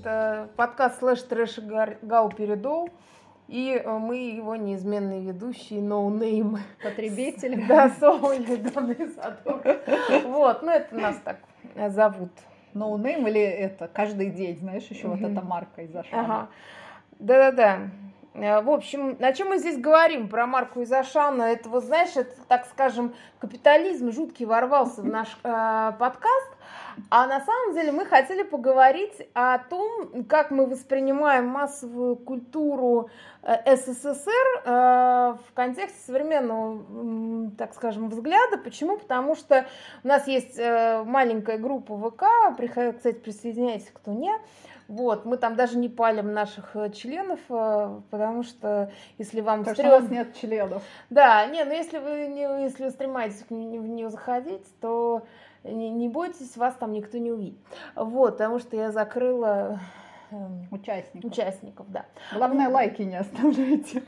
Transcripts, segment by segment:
Это подкаст слэш трэш Гал Передол. И мы его неизменные ведущие, ноунейм. Потребители. Да, Соня, Донный Садок. Вот, ну это нас так зовут. Ноунейм или это каждый день, знаешь, еще вот эта марка из Ашана. Ага. Да-да-да. В общем, о чем мы здесь говорим? Про марку из Ашана. Это, вот знаешь, это, так скажем, капитализм жуткий ворвался в наш подкаст. А на самом деле мы хотели поговорить о том, как мы воспринимаем массовую культуру СССР в контексте современного, так скажем, взгляда. Почему? Потому что у нас есть маленькая группа ВК, кстати, присоединяйтесь, кто нет. Вот, мы там даже не палим наших членов, потому что если вам стрёмно... у нас нет членов. Да, не, но если вы стремаетесь в нее заходить, то не бойтесь, вас там никто не увидит. Вот, потому что я закрыла участников, да. Главное, лайки не оставляйте.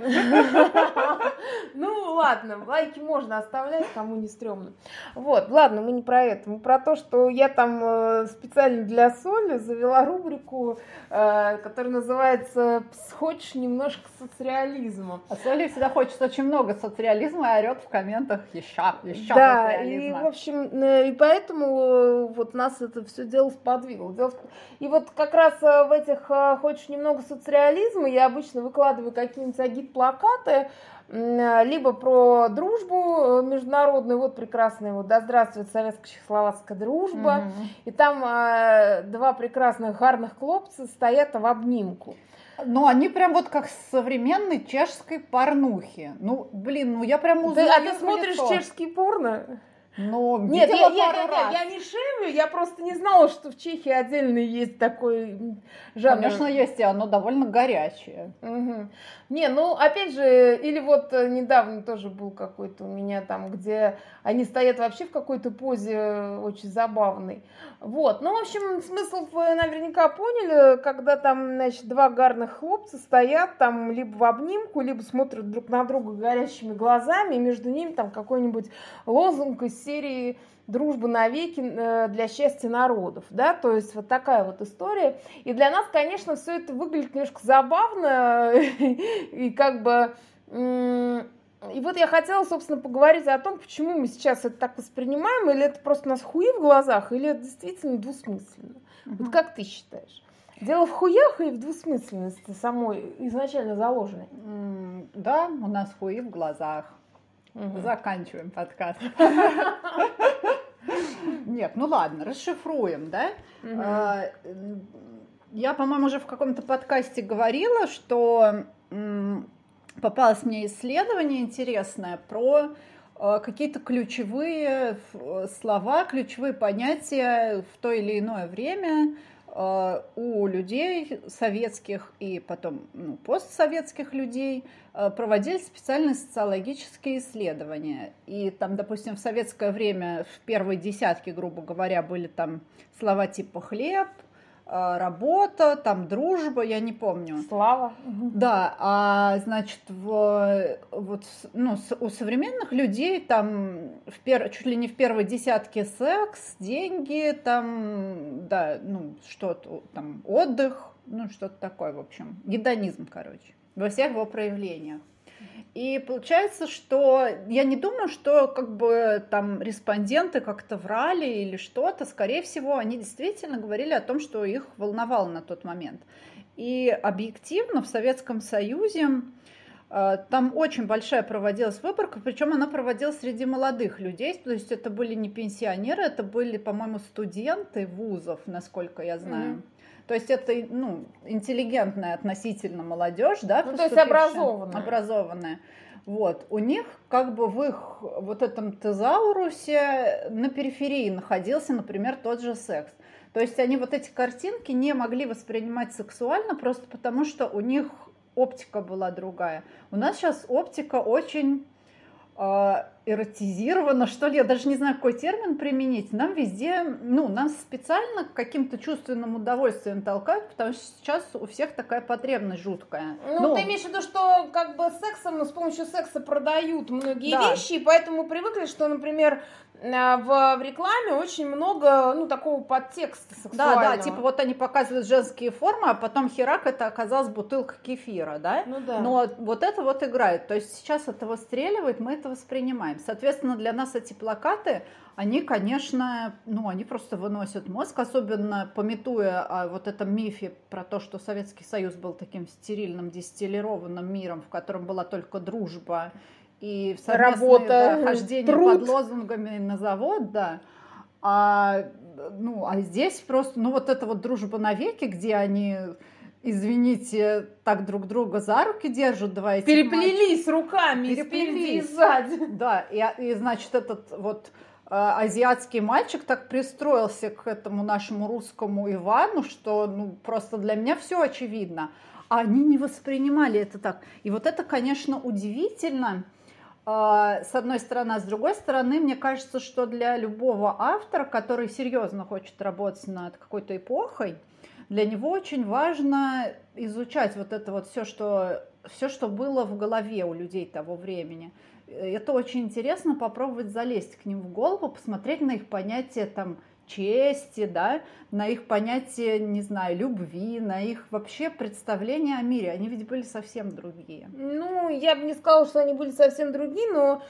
Ну, ладно, лайки можно оставлять, кому не стрёмно. Вот, ладно, мы не про это. Мы про то, что я там специально для Соли завела рубрику, которая называется «Хочешь немножко социализма». А Соли всегда хочет очень много социализма и орёт в комментах еще да, социализма. И, в общем, и поэтому вот нас это все дело сподвигло. И вот как раз в этих «Хочешь немного социализма» я обычно выкладываю какие-нибудь агит-плакаты, либо про дружбу международную, вот прекрасная, вот «Да здравствует советско-чехословацкая дружба», и там два прекрасных гарных хлопца стоят в обнимку. Ну, они прям вот как с современной чешской порнухи. Ну, блин, ну я прям узнаю. А ты смотришь чешский порно? Но нет, я не шеймю, я просто не знала, что в Чехии отдельно есть такой жанр. Конечно, есть, и оно довольно горячее. Угу. Не, ну, опять же, или вот недавно тоже был какой-то у меня там, где они стоят вообще в какой-то позе очень забавной. Вот, ну, в общем, смысл вы наверняка поняли, когда там, значит, два гарных хлопца стоят там либо в обнимку, либо смотрят друг на друга горящими глазами, и между ними там какой-нибудь лозунг из серии «Дружба навеки для счастья народов», да, то есть вот такая вот история. И для нас, конечно, все это выглядит немножко забавно, и как бы... И вот я хотела, собственно, поговорить о том, почему мы сейчас это так воспринимаем, или это просто у нас хуи в глазах, или это действительно двусмысленно. Вот как ты считаешь? Дело в хуях и в двусмысленности самой изначально заложенной? Да, у нас хуи в глазах. Заканчиваем подкаст. Нет, ну ладно, расшифруем, да? Я, по-моему, уже в каком-то подкасте говорила, что попалось мне исследование интересное про какие-то ключевые слова, ключевые понятия в то или иное время у людей советских и потом постсоветских людей проводились специальные социологические исследования. И там, допустим, в советское время в первой десятке, грубо говоря, были там слова типа «хлеб», работа, там дружба, я не помню. Слава. Да, а значит, у современных людей там чуть ли не в первой десятке секс, деньги, там, да, что-то там, отдых, что-то такое, в общем, гедонизм, короче, во всех его проявлениях. И получается, что я не думаю, что как бы там респонденты как-то врали или что-то. Скорее всего, они действительно говорили о том, что их волновало на тот момент. И объективно в Советском Союзе там очень большая проводилась выборка, причем она проводилась среди молодых людей. То есть это были не пенсионеры, это были, по-моему, студенты вузов, насколько я знаю. То есть это, интеллигентная относительно молодежь, да, то есть образованная. Вот. У них как бы в их вот этом тезаурусе на периферии находился, например, тот же секс. То есть они вот эти картинки не могли воспринимать сексуально просто потому, что у них оптика была другая. У нас сейчас оптика очень эротизировано, что ли, я даже не знаю, какой термин применить. Нам везде, нас специально к каким-то чувственным удовольствием толкают, потому что сейчас у всех такая потребность жуткая. Ты имеешь в виду, что как бы с помощью секса продают многие вещи, и поэтому привыкли, что, например, в рекламе очень много, такого подтекста сексуального. Да, типа вот они показывают женские формы, а потом херак, это оказалась бутылка кефира, да? Но вот это вот играет. То есть сейчас это выстреливает, мы это воспринимаем. Соответственно, для нас эти плакаты, они, конечно, они просто выносят мозг, особенно памятуя о вот этом мифе про то, что Советский Союз был таким стерильным, дистиллированным миром, в котором была только дружба и совместное хождение под лозунгами на завод, да. А здесь просто, вот эта вот дружба навеки, где они, извините, так друг друга за руки держат, два этих переплелись руками, спереди и сзади. Да, и значит, этот вот азиатский мальчик так пристроился к этому нашему русскому Ивану, что, просто для меня все очевидно. А они не воспринимали это так. И вот это, конечно, удивительно, с одной стороны, а с другой стороны, мне кажется, что для любого автора, который серьезно хочет работать над какой-то эпохой, для него очень важно изучать вот это вот все, что было в голове у людей того времени. Это очень интересно попробовать залезть к ним в голову, посмотреть на их понятие там чести, да, на их понятие, не знаю, любви, на их вообще представление о мире. Они ведь были совсем другие. Я бы не сказала, что они были совсем другие, но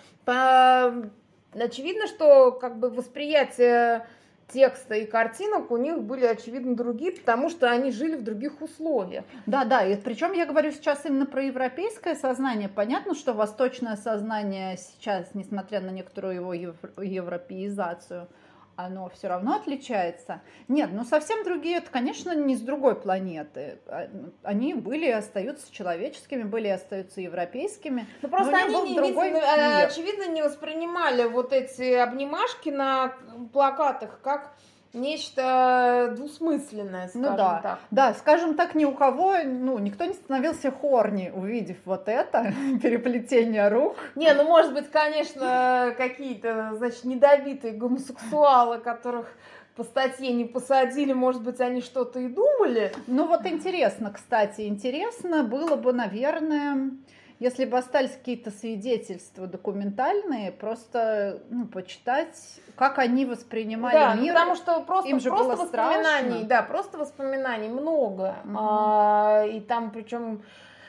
очевидно, что как бы восприятие текста и картинок у них были, очевидно, другие, потому что они жили в других условиях. Да, и причем я говорю сейчас именно про европейское сознание. Понятно, что восточное сознание сейчас, несмотря на некоторую его европеизацию, оно все равно отличается. Нет, совсем другие, это, конечно, не с другой планеты. Они были и остаются человеческими, были и остаются европейскими. Просто они очевидно, не воспринимали вот эти обнимашки на плакатах как нечто двусмысленное, скажем так. Да, скажем так, ни у кого, никто не становился хорни, увидев вот это переплетение рук. Может быть, конечно, какие-то, недобитые гомосексуалы, которых по статье не посадили, может быть, они что-то и думали. Интересно, кстати, было бы, наверное, если бы остались какие-то свидетельства документальные, просто почитать, как они воспринимали мир. Потому что просто воспоминаний, страшно. Просто воспоминаний много. И там причем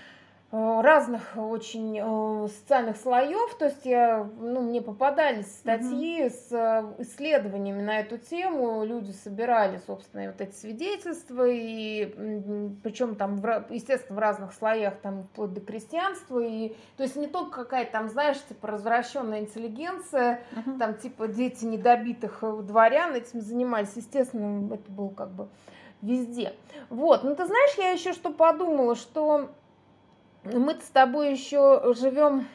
разных очень социальных слоев, то есть мне попадались статьи с исследованиями на эту тему, люди собирали, собственно, вот эти свидетельства, и причем там, естественно, в разных слоях, там, вплоть до крестьянства, и, то есть не только какая-то там, знаешь, типа развращенная интеллигенция, там, типа дети недобитых дворян этим занимались, естественно, это было как бы везде. Вот, ты знаешь, я еще что подумала, что мы-то с тобой еще живем,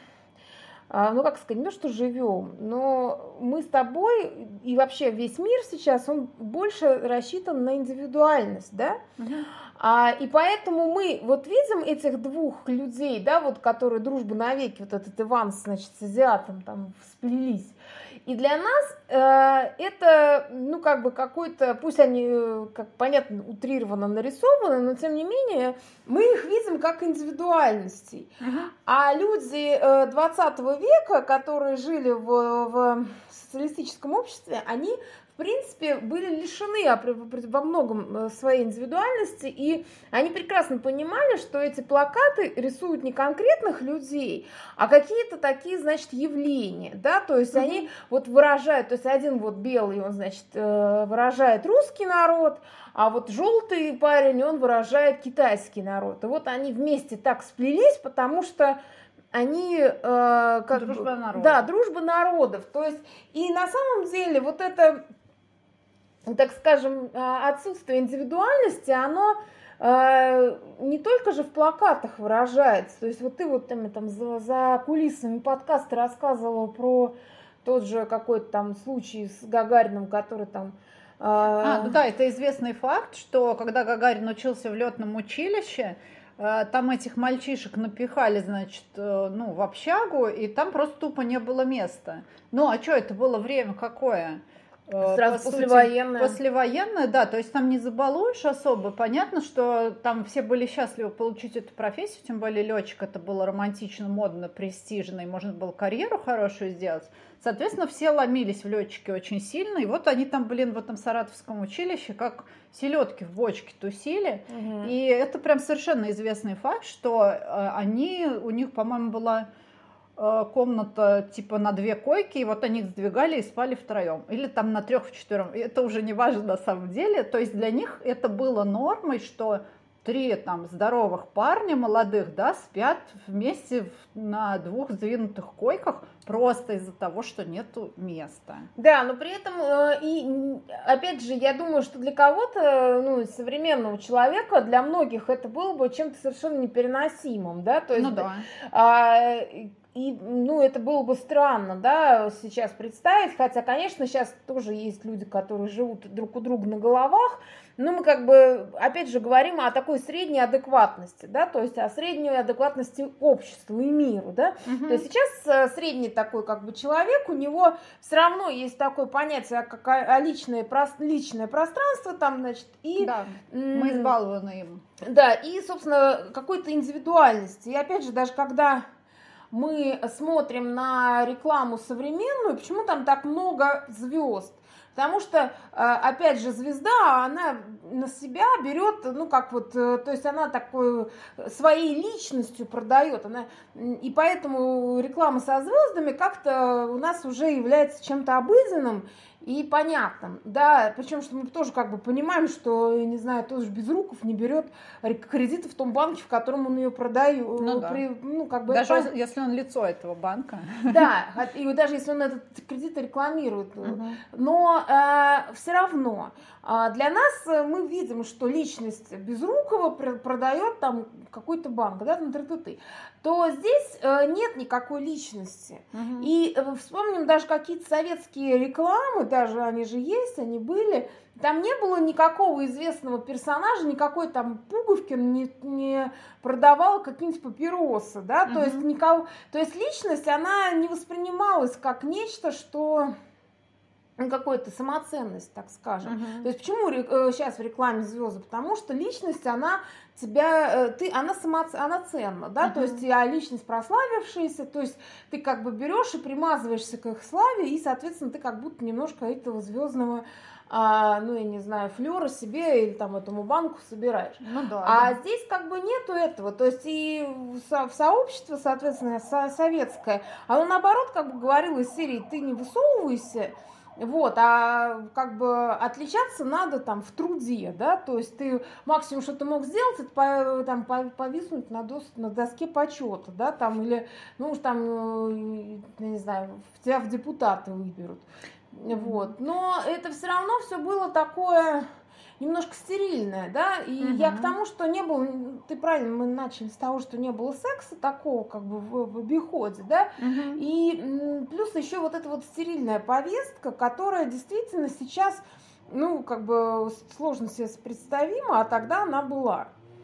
не то, что живем, но мы с тобой и вообще весь мир сейчас, он больше рассчитан на индивидуальность, да? И поэтому мы вот видим этих двух людей, да, вот которые дружба навеки, вот этот Иван, значит, с азиатом там сплелись. И для нас это, какой-то, пусть они, как понятно, утрированно нарисованы, но тем не менее мы их видим как индивидуальностей. А люди 20 века, которые жили в социалистическом обществе, они, в принципе, были лишены во многом своей индивидуальности, и они прекрасно понимали, что эти плакаты рисуют не конкретных людей, а какие-то такие, значит, явления, да, то есть они вот выражают, то есть один вот белый, он, значит, выражает русский народ, а вот желтый парень, он выражает китайский народ, и вот они вместе так сплелись, потому что они дружба народов. Да, дружба народов, то есть, и на самом деле вот это, так скажем, отсутствие индивидуальности, оно не только же в плакатах выражается. То есть вот ты вот там за кулисами подкаста рассказывала про тот же какой-то там случай с Гагарином, который там... это известный факт, что когда Гагарин учился в летном училище, там этих мальчишек напихали, значит, ну, в общагу, и там просто тупо не было места. Ну, а что, это было время какое? Сразу послевоенное. Послевоенное, да, то есть там не забалуешь особо. Понятно, что там все были счастливы получить эту профессию, тем более летчик это было романтично, модно, престижно, и можно было карьеру хорошую сделать. Соответственно, все ломились в летчики очень сильно, и вот они там, блин, в этом Саратовском училище как селедки в бочке тусили. И это прям совершенно известный факт, что у них, по-моему, была комната типа на 2 койки, и вот они их сдвигали и спали втроем. Или там на 3-4. Это уже не важно на самом деле. То есть для них это было нормой, что 3 там здоровых парня молодых, да, спят вместе на 2 сдвинутых койках просто из-за того, что нету места. Да, но при этом, и опять же, я думаю, что для кого-то, ну, современного человека, для многих это было бы чем-то совершенно непереносимым, да, то есть, ну, да. И, ну, это было бы странно, да, сейчас представить, хотя, конечно, сейчас тоже есть люди, которые живут друг у друга на головах, но мы как бы, опять же, говорим о такой средней адекватности, да, то есть о средней адекватности обществу и миру, да, то есть сейчас средний такой как бы человек, у него все равно есть такое понятие, как личное пространство там, значит, и... Да, мы избалованы им. Да, и, собственно, какой-то индивидуальности, и опять же, даже когда... мы смотрим на рекламу современную, почему там так много звезд? Потому что, опять же, звезда, она на себя берет, ну, как вот, то есть она такой своей личностью продает, и поэтому реклама со звездами как-то у нас уже является чем-то обыденным и понятным, да, причем, что мы тоже как бы понимаем, что, я не знаю, тот же Безруков не берет кредиты в том банке, в котором он ее продает. Ну, да. Как бы даже если он лицо этого банка. Да, и даже если он этот кредит рекламирует. Но все равно для нас мы видим, что личность Безрукова продает там какой-то банк, да, на ТТТ, то здесь нет никакой личности. И вспомним даже какие-то советские рекламы, даже они же есть, они были, там не было никакого известного персонажа, никакой там Пуговкин не продавал какие-нибудь папиросы, да, то есть никого, то есть личность, она не воспринималась как нечто, что... какая-то самоценность, так скажем. То есть почему сейчас в рекламе звезды? Потому что личность, она тебя, она ценна, да, то есть личность прославившаяся, то есть ты как бы берешь и примазываешься к их славе, и, соответственно, ты как будто немножко этого звездного, ну, я не знаю, флера себе или там этому банку собираешь. Ну, да, а здесь как бы нету этого, то есть и в сообщество, соответственно, советское, оно наоборот как бы говорило из серии «ты не высовывайся», вот, а как бы отличаться надо там в труде, да, то есть ты максимум, что ты мог сделать, это там повиснуть на доске почета, да, там, или, ну уж там, я не знаю, тебя в депутаты выберут, вот, но это все равно все было такое... немножко стерильная, да, и я к тому, что не было, ты правильно, мы начали с того, что не было секса такого, как бы, в обиходе, да, и плюс еще вот эта вот стерильная повестка, которая действительно сейчас, ну, как бы, сложно себе представима, а тогда она была.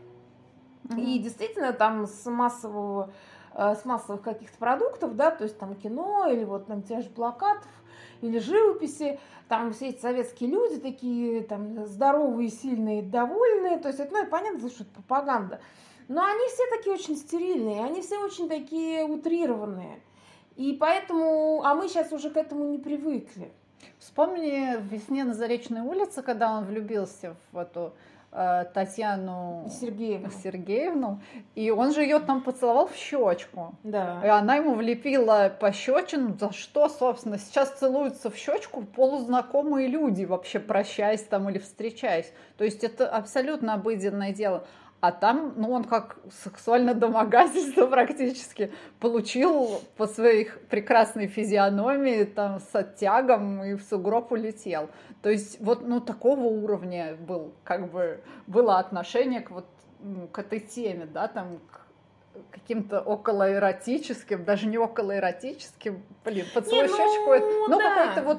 И действительно там с массовых каких-то продуктов, да, то есть там кино или вот там те же плакатов, или живописи, там все эти советские люди такие там здоровые, сильные, довольные, то есть это, ну, понятно, что это пропаганда, но они все такие очень стерильные, они все очень такие утрированные, и поэтому, а мы сейчас уже к этому не привыкли. Вспомни в «Весне на Заречной улице», когда он влюбился в эту Татьяну Сергеевну, и он же ее там поцеловал в щечку. Да. И она ему влепила пощечину, за что, собственно, сейчас целуются в щечку полузнакомые люди, вообще прощаясь там или встречаясь. То есть это абсолютно обыденное дело. А там, ну, он как сексуальное домогательство практически получил по своей прекрасной физиономии, там, с оттягом и в сугроб улетел. То есть вот, ну, такого уровня было отношение к этой теме, да, там, к каким-то околоэротическим, даже не околоэротическим, под свою щечку, да. какой-то вот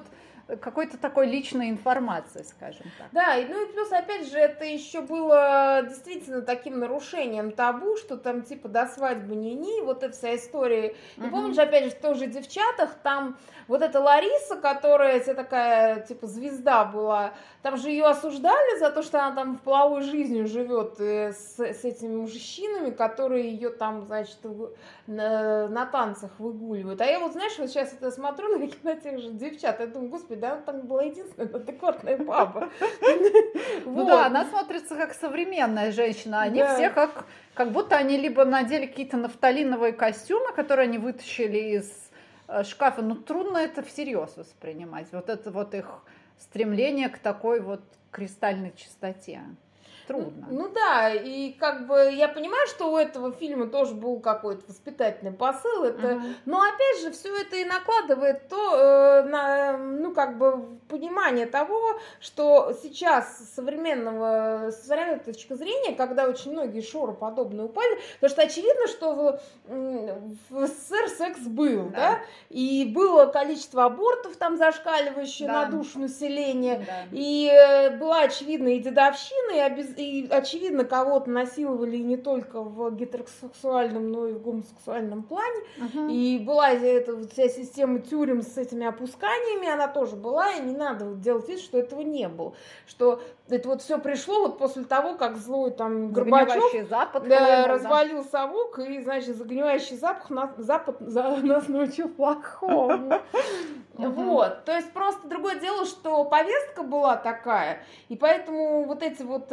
какой-то такой личной информации, скажем так. Да, ну и плюс, опять же, это еще было действительно таким нарушением табу, что там типа до свадьбы ни-ни, вот эта вся история. И помнишь, опять же, в тех же «Девчатах», там вот эта Лариса, которая вся такая, типа, звезда была, там же ее осуждали за то, что она там в половой жизнью живет с этими мужчинами, которые ее там, значит, на танцах выгуливают. А я вот, знаешь, вот сейчас это смотрю на тех же «Девчат», я думаю, господи, да она там была единственная адекватная баба. Ну да, она смотрится как современная женщина, они все как будто они либо надели какие-то нафталиновые костюмы, которые они вытащили из шкафа, но трудно это всерьез воспринимать, вот это вот их стремление к такой вот кристальной чистоте. Трудно. Ну да, и как бы я понимаю, что у этого фильма тоже был какой-то воспитательный посыл, это, но опять же все это и накладывает на, ну как бы понимание того, что сейчас с современной точки зрения, когда очень многие шоры подобные упали, потому что очевидно, что в СССР секс был, да, и было количество абортов там зашкаливающее на душу населения, и была очевидна и дедовщина, и очевидно, кого-то насиловали не только в гетеросексуальном, но и в гомосексуальном плане. И была эта вся система тюрем с этими опусканиями, она тоже была, и не надо делать вид, что этого не было. Что это вот все пришло вот после того, как злой там Горбачев развалил совок, и, значит, загнивающий Запад нас научил плохому. Вот, то есть просто другое дело, что повестка была такая, и поэтому вот эти вот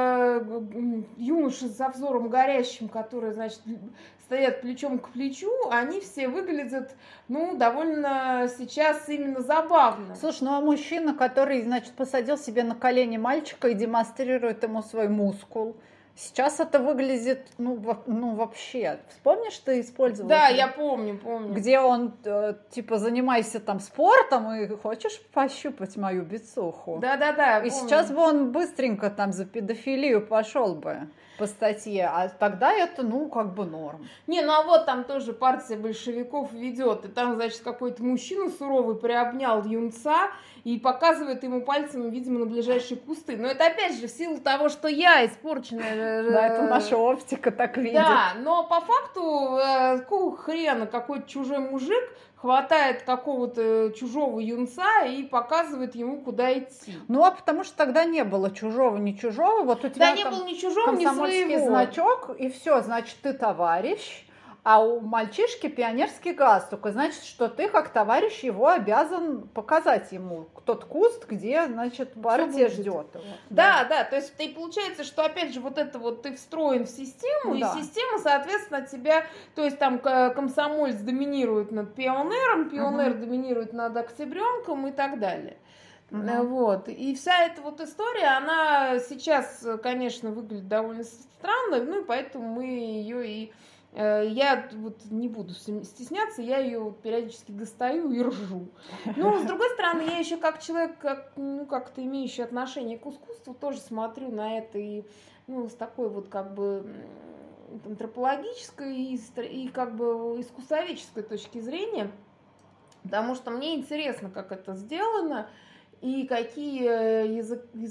юноши со взором горящим, которые, значит, стоят плечом к плечу, они все выглядят, ну, довольно сейчас именно забавно. Слушай, ну а мужчина, который, значит, посадил себе на колени мальчика и демонстрирует ему свой мускул, сейчас это выглядит, ну вообще. Вспомнишь, ты использовала? Да, я помню. Где он, типа, занимайся там спортом и хочешь пощупать мою бицуху? Да. И сейчас бы он быстренько там за педофилию пошел бы по статье, а тогда это, ну, как бы норм. Не, ну а вот там тоже партия большевиков ведет, и там, значит, какой-то мужчина суровый приобнял юнца и показывает ему пальцем, видимо, на ближайшие кусты. Но это, опять же, в силу того, что я испорченная... Да, это наша оптика так видит. Да, но по факту, какого хрена какой-то чужой мужик хватает какого-то чужого юнца и показывает ему, куда идти. Ну, а потому что тогда не было чужого, ни чужого. Вот у тебя да, не было ни чужого, ни комсомольский значок, и все, значит, ты товарищ, а у мальчишки пионерский галстук. И значит, что ты, как товарищ, его обязан показать ему тот куст, где, значит, партия ждет его. Да, то есть и получается, что, опять же, вот это вот ты встроен в систему, и система, соответственно, тебя, то есть там комсомолец доминирует над пионером, пионер доминирует над октябренком и так далее. Вот. И вся эта вот история, она сейчас, конечно, выглядит довольно странно, ну и поэтому мы ее и... Я вот не буду стесняться, я ее периодически достаю и ржу. Но, с другой стороны, я еще как человек, как-то имеющий отношение к искусству, тоже смотрю на это и, с такой вот как бы антропологической и как бы искусствоведческой точки зрения, потому что мне интересно, как это сделано и какие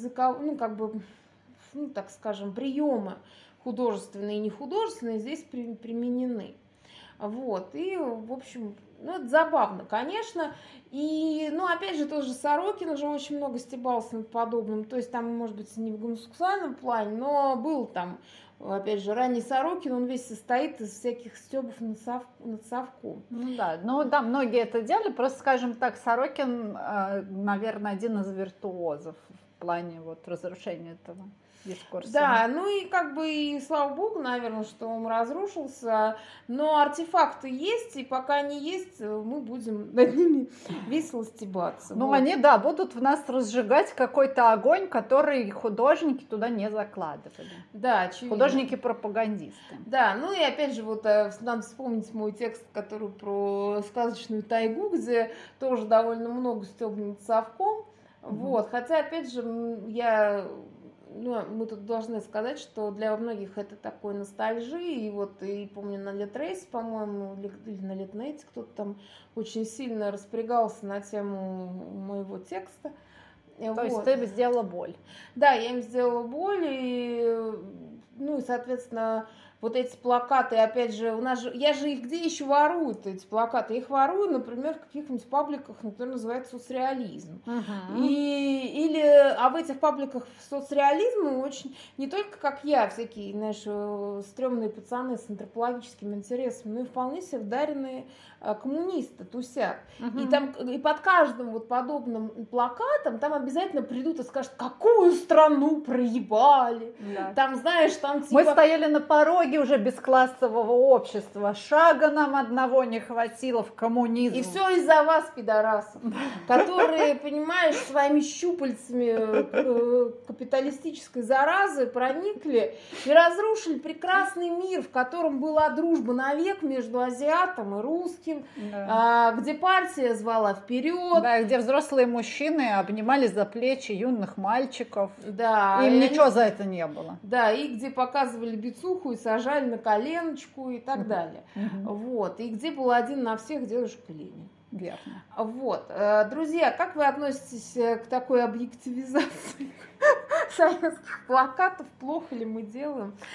так скажем, приемы художественные и нехудожественные здесь применены. Вот. И, в общем, это забавно, конечно. И, опять же, тоже Сорокин уже очень много стебался над подобным. То есть там, может быть, не в гомосексуальном плане, но был там, опять же, ранний Сорокин, он весь состоит из всяких стебов над совком. Да, многие это делали. Просто, скажем так, Сорокин, наверное, один из виртуозов в плане вот разрушения этого дискурса. Да, и слава богу, наверное, что он разрушился, но артефакты есть, и пока они есть, мы будем над ними весело стебаться. Они, будут в нас разжигать какой-то огонь, который художники туда не закладывали. Да, очевидно. Художники-пропагандисты. Да, и опять же, надо вспомнить мой текст, который про сказочную тайгу, где тоже довольно много стёб над совком. Вот, хотя, опять же, я ну, мы тут должны сказать, что для многих это такой ностальжи, и вот, и помню, на Литрейсе, по-моему, или на Литнете кто-то там очень сильно распрягался на тему моего текста. То есть ты сделала боль. Да, я им сделала боль, и, ну, и, соответственно, вот эти плакаты, опять же, у нас же, я же их где еще ворую, эти плакаты? Я их ворую, например, в каких-нибудь пабликах, например, называется соцреализм. А в этих пабликах соцреализма очень, не только как я, всякие, знаешь, стрёмные пацаны с антропологическим интересом, но и вполне себе вдаренные коммунисты тусят. И там, и под каждым вот подобным плакатом там обязательно придут и скажут, какую страну проебали. Да. Там, знаешь, там типа... Мы стояли на пороге уже бесклассового общества. Шага нам одного не хватило в коммунизм. И все из-за вас, пидорасов, которые, понимаешь, своими щупальцами капиталистической заразы проникли и разрушили прекрасный мир, в котором была дружба навек между азиатом и русским, да. Где партия звала вперед. Да, где взрослые мужчины обнимали за плечи юных мальчиков. Да. Им ничего за это не было. Да, и где показывали бицуху и сажали на коленочку и так далее. Вот. И где был один на всех дедушка Ленин. Верно. Вот. Друзья, как вы относитесь к такой объективизации советских плакатов? Плохо ли мы делаем?